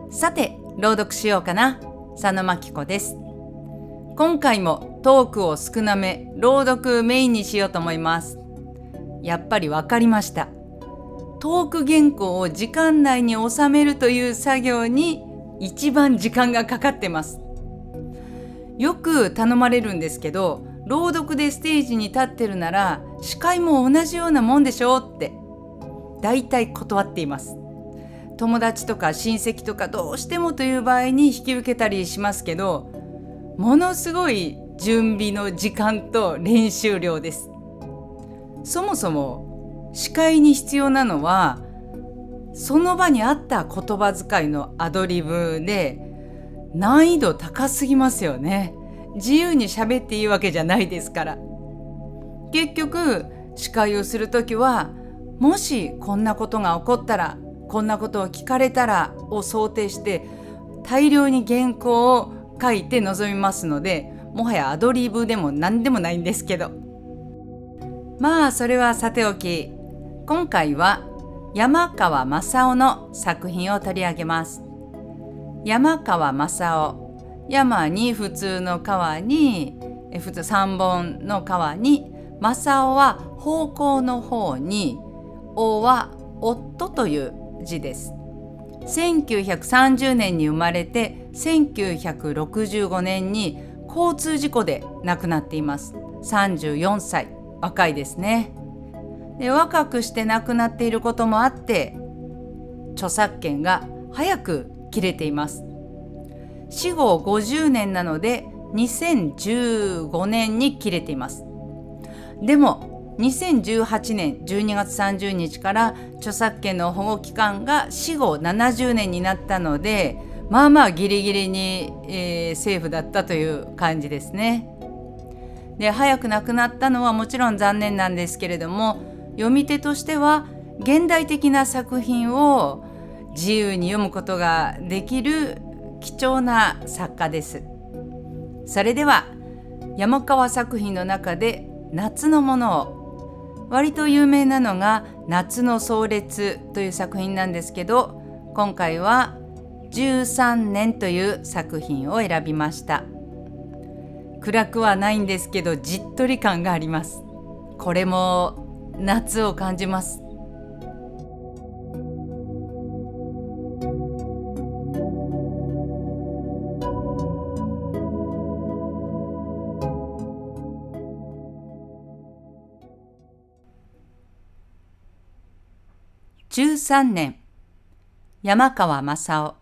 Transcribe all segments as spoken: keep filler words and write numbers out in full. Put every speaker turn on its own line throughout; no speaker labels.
さて、朗読しようかな。佐野真希子です。今回もトークを少なめ、朗読メインにしようと思います。やっぱり分かりました。トーク原稿を時間内に収めるという作業に一番時間がかかってます。よく頼まれるんですけど、朗読でステージに立ってるなら司会も同じようなもんでしょって大体断っています。友達とか親戚とかどうしてもという場合に引き受けたりしますけど、ものすごい準備の時間と練習量です。そもそも司会に必要なのはその場にあった言葉遣いのアドリブで、難易度高すぎますよね。自由に喋っていいわけじゃないですから。結局司会をするときは、もしこんなことが起こったら、こんなことを聞かれたらを想定して大量に原稿を書いて臨みますので、もはやアドリブでも何でもないんですけど、まあそれはさておき、今回は山川正夫の作品を取り上げます。山川正夫、山に普通の川に普通さんぼんの川に、正夫は方向の方に、夫は夫という字です。せんきゅうひゃくさんじゅうねんに生まれて、せんきゅうひゃくろくじゅうごねんに交通事故で亡くなっています。さんじゅうよんさい、若いですね。で、若くして亡くなっていることもあって、著作権が早く切れています。死後ごじゅうねんなのでにせんじゅうごねんに切れています。でもにせんじゅうはちねんじゅうにがつさんじゅうにちから著作権の保護期間が死後ななじゅうねんになったので、まあまあギリギリに、えー、セーフだったという感じですね。で、早く亡くなったのはもちろん残念なんですけれども、読み手としては現代的な作品を自由に読むことができる貴重な作家です。それでは山川作品の中で夏のものを、割と有名なのが夏の葬列という作品なんですけど、今回はじゅうさんねんという作品を選びました。暗くはないんですけど、じっとり感があります。これも夏を感じます。じゅうさんねん、山川正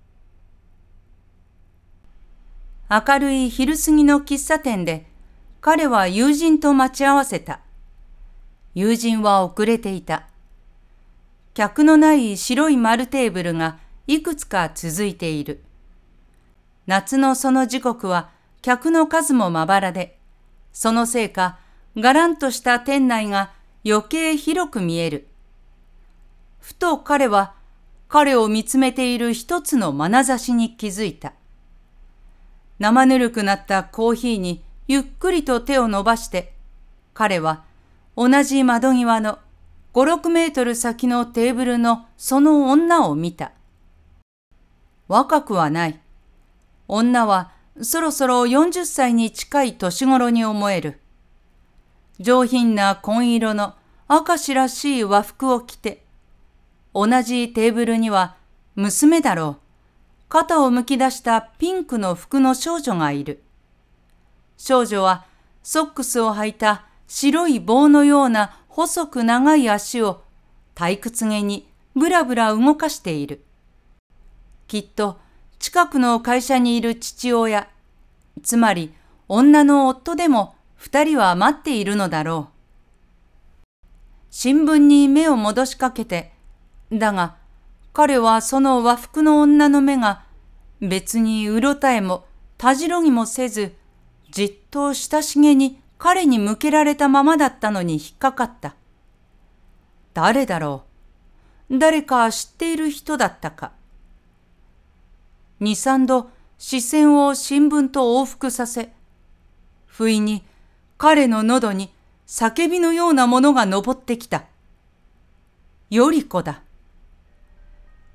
夫。明るい昼過ぎの喫茶店で、彼は友人と待ち合わせた。友人は遅れていた。客のない白い丸テーブルがいくつか続いている。夏のその時刻は客の数もまばらで、そのせいか、がらんとした店内が余計広く見える。ふと彼は彼を見つめている一つの眼差しに気づいた。生ぬるくなったコーヒーにゆっくりと手を伸ばして、彼は同じ窓際のご、ろくメートル先のテーブルのその女を見た。若くはない。女はそろそろよんじゅっさいに近い年頃に思える。上品な紺色の明石らしい和服を着て、同じテーブルには娘だろう、肩をむき出したピンクの服の少女がいる。少女はソックスを履いた白い棒のような細く長い足を退屈げにぶらぶら動かしている。きっと近くの会社にいる父親、つまり女の夫でも二人は待っているのだろう。新聞に目を戻しかけて、だが彼はその和服の女の目が別にうろたえもたじろぎもせず、じっと親しげに彼に向けられたままだったのに引っかかった。誰だろう。誰か知っている人だったか。二三度視線を新聞と往復させ、不意に彼の喉に叫びのようなものが上ってきた。より子だ。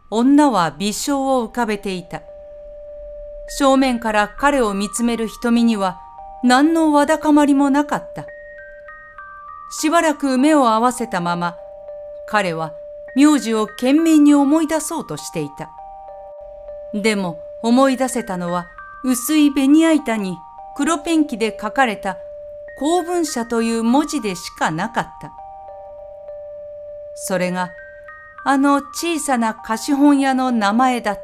女は微笑を浮かべていた。正面から彼を見つめる瞳には何のわだかまりもなかった。しばらく目を合わせたまま、彼は名字を懸命に思い出そうとしていた。でも思い出せたのは薄いベニヤ板に黒ペンキで書かれた公文社という文字でしかなかった。それがあの小さな貸本屋の名前だった。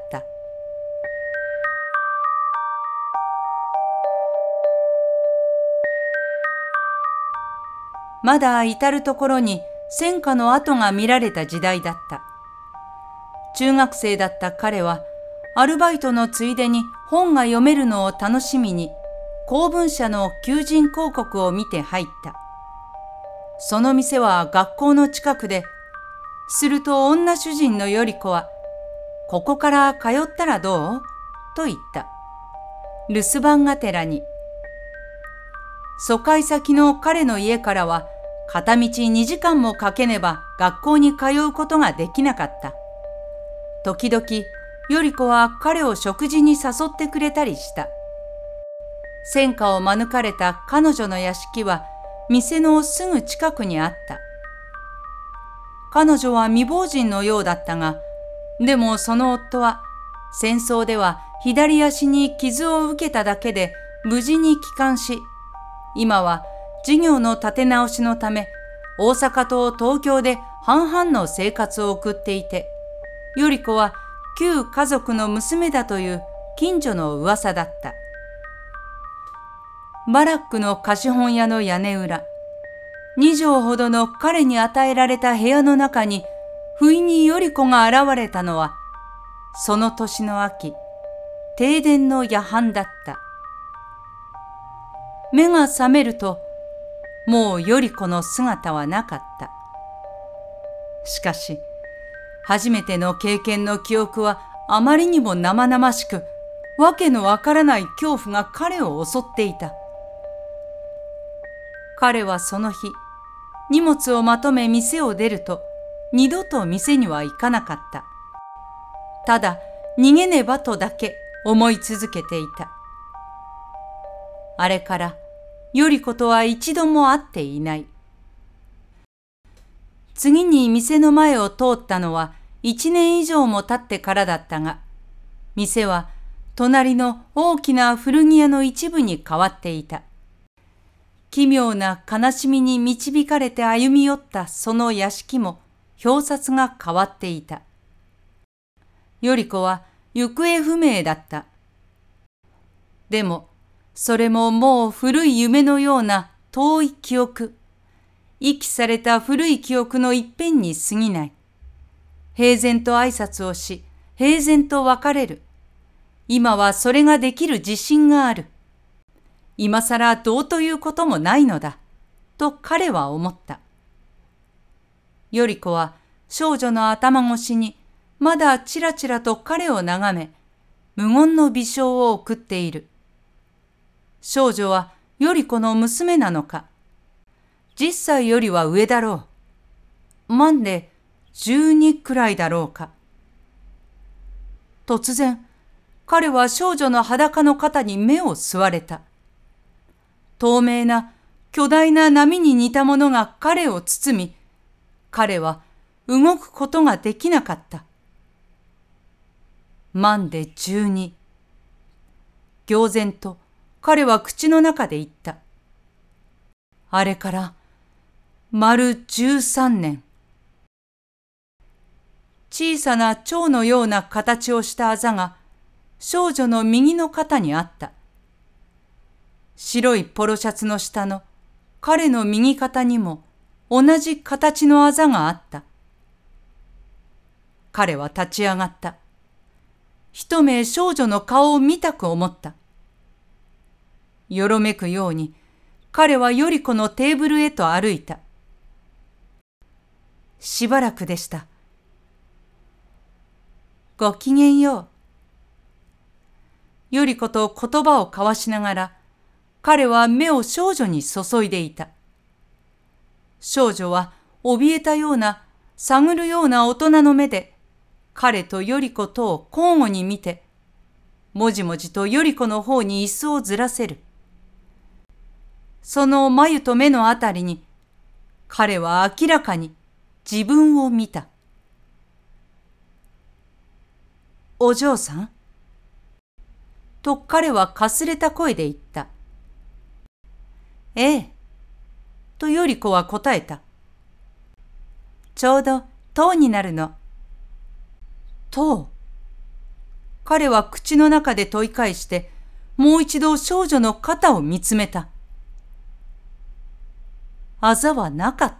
まだ至るところに戦火の跡が見られた時代だった。中学生だった彼はアルバイトのついでに本が読めるのを楽しみに公文社の求人広告を見て入った。その店は学校の近くで、すると女主人のより子は、ここから通ったらどうと言った。留守番がてらに。疎開先の彼の家からは片道にじかんもかけねば学校に通うことができなかった。時々より子は彼を食事に誘ってくれたりした。戦火を免れた彼女の屋敷は店のすぐ近くにあった。彼女は未亡人のようだったが、でもその夫は戦争では左足に傷を受けただけで無事に帰還し、今は事業の立て直しのため大阪と東京で半々の生活を送っていて、より子は旧家族の娘だという近所の噂だった。バラックの貸本屋の屋根裏、二畳ほどの彼に与えられた部屋の中に不意により子が現れたのは、その年の秋、停電の夜半だった。目が覚めると、もうより子の姿はなかった。しかし、初めての経験の記憶はあまりにも生々しく、わけのわからない恐怖が彼を襲っていた。彼はその日、荷物をまとめ店を出ると、二度と店には行かなかった。ただ逃げねばとだけ思い続けていた。あれからより子とは一度も会っていない。次に店の前を通ったのは一年以上も経ってからだったが、店は隣の大きな古着屋の一部に変わっていた。奇妙な悲しみに導かれて歩み寄ったその屋敷も表札が変わっていた。より子は行方不明だった。でもそれももう古い夢のような遠い記憶、遺棄された古い記憶の一辺に過ぎない。平然と挨拶をし、平然と別れる。今はそれができる自信がある。今さらどうということもないのだ、と彼は思った。より子は少女の頭越しにまだちらちらと彼を眺め、無言の微笑を送っている。少女はより子の娘なのか。十歳よりは上だろう。万で十二くらいだろうか。突然、彼は少女の裸の肩に目を吸われた。透明な巨大な波に似たものが彼を包み、彼は動くことができなかった。万で十二。愕然と彼は口の中で言った。あれから丸十三年。小さな蝶のような形をしたあざが少女の右の肩にあった。白いポロシャツの下の彼の右肩にも同じ形のあざがあった。彼は立ち上がった。一目少女の顔を見たく思った。よろめくように彼はより子のテーブルへと歩いた。しばらくでした。ごきげんよう。より子と言葉を交わしながら、彼は目を少女に注いでいた。少女は怯えたような、探るような大人の目で、 彼とより子とを交互に見て、もじもじとより子の方に椅子をずらせる。その眉と目のあたりに、彼は明らかに自分を見た。お嬢さんと彼はかすれた声で言った。ええ。とより子は答えた。ちょうどとうになるの。とう。彼は口の中で問い返して、もう一度少女の肩を見つめた。あざはなかった。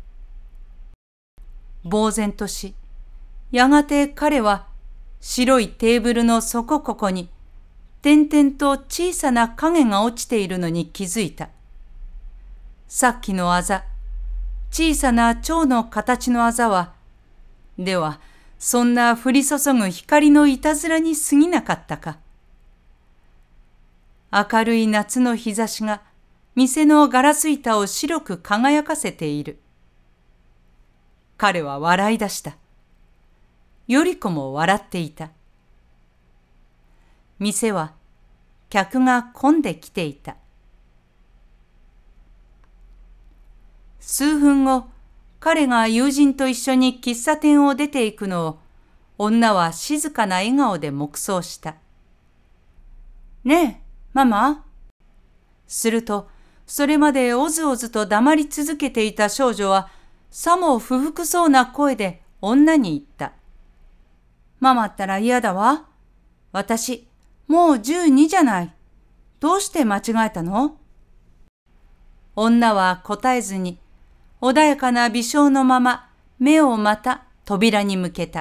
呆然とし、やがて彼は白いテーブルの底ここに、点々と小さな影が落ちているのに気づいた。さっきのあざ、小さな蝶の形のあざは、では、そんな降り注ぐ光のいたずらに過ぎなかったか。明るい夏の日差しが店のガラス板を白く輝かせている。彼は笑い出した。より子も笑っていた。店は客が混んできていた。数分後、彼が友人と一緒に喫茶店を出て行くのを、女は静かな笑顔で黙想した。ねえ、ママ。すると、それまでおずおずと黙り続けていた少女は、さも不服そうな声で女に言った。ママったら嫌だわ。私、もうじゅうにじゃない。どうして間違えたの？女は答えずに、穏やかな微笑のまま目をまた扉に向けた。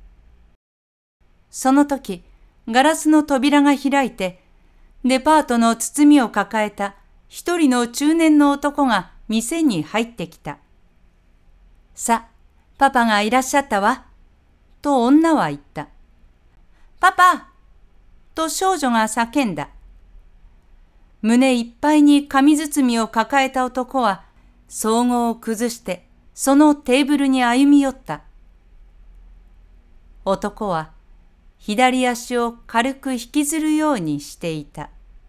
その時、ガラスの扉が開いて、デパートの包みを抱えた一人の中年の男が店に入ってきた。さ、パパがいらっしゃったわ。と女は言った。パパ！と少女が叫んだ。胸いっぱいに紙包みを抱えた男は、総合を崩して、そのテーブルに歩み寄った。男は、左足を軽く引きずるようにしていた。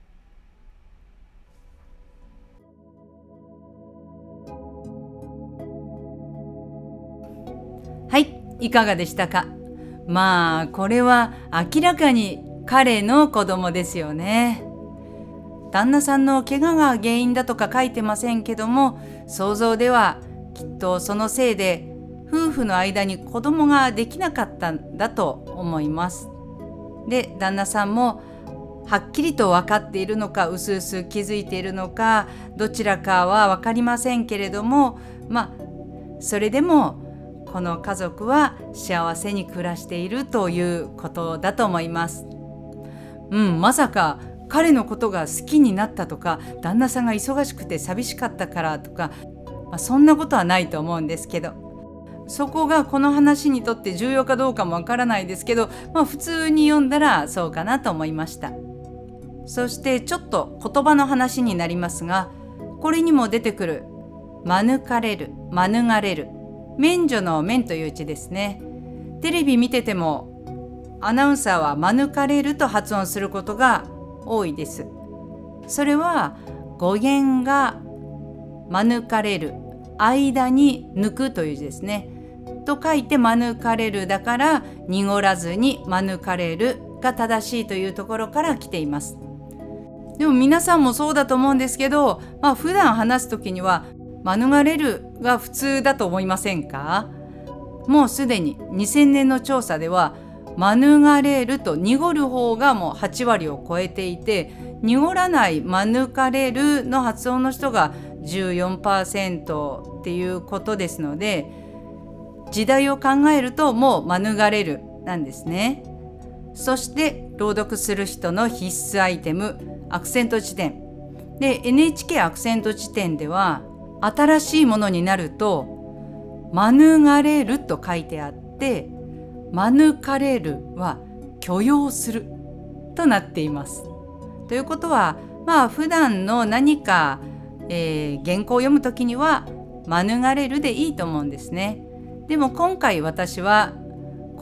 はい、いかがでしたか？まあ、これは明らかに彼の子供ですよね。旦那さんの怪我が原因だとか書いてませんけども、想像ではきっとそのせいで夫婦の間に子供ができなかったんだと思います。で、旦那さんもはっきりと分かっているのか、うすうす気づいているのか、どちらかは分かりませんけれども、まあそれでもこの家族は幸せに暮らしているということだと思います。うん、まさか彼のことが好きになったとか、旦那さんが忙しくて寂しかったからとか、まあ、そんなことはないと思うんですけど、そこがこの話にとって重要かどうかもわからないですけど、まあ、普通に読んだらそうかなと思いました。そしてちょっと言葉の話になりますが、これにも出てくる免れる、免れる、免除の免という字ですね。テレビ見ててもアナウンサーは免れると発音することが多いです。それは語源が免れる、間に抜くという字ですね。と書いて免れるだから、濁らずに免れるが正しいというところから来ています。でも皆さんもそうだと思うんですけど、まあ、普段話すときには免れるが普通だと思いませんか？もうすでににせんねんの調査では免れると濁る方がもうはちわりを超えていて、濁らない免れるの発音の人が じゅうよんパーセント っていうことですので、時代を考えるともう免れるなんですね。そして朗読する人の必須アイテム、アクセント辞典で エヌエイチケー アクセント辞典では、新しいものになると免れると書いてあって、免れるは許容するとなっています。ということは、まあ普段の何か、えー、原稿を読むときには免れるでいいと思うんですね。でも今回私は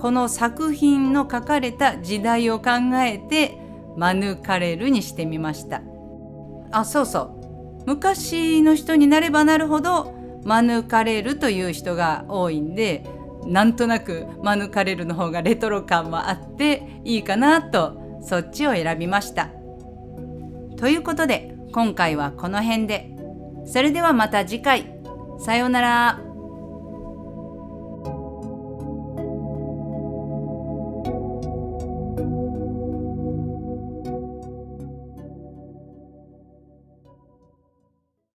この作品の書かれた時代を考えてマヌカレルにしてみました。あ、そうそう。昔の人になればなるほどマヌカレルという人が多いんで、なんとなくマヌカレルの方がレトロ感もあっていいかなと、そっちを選びました。ということで今回はこの辺で。それではまた次回。さようなら。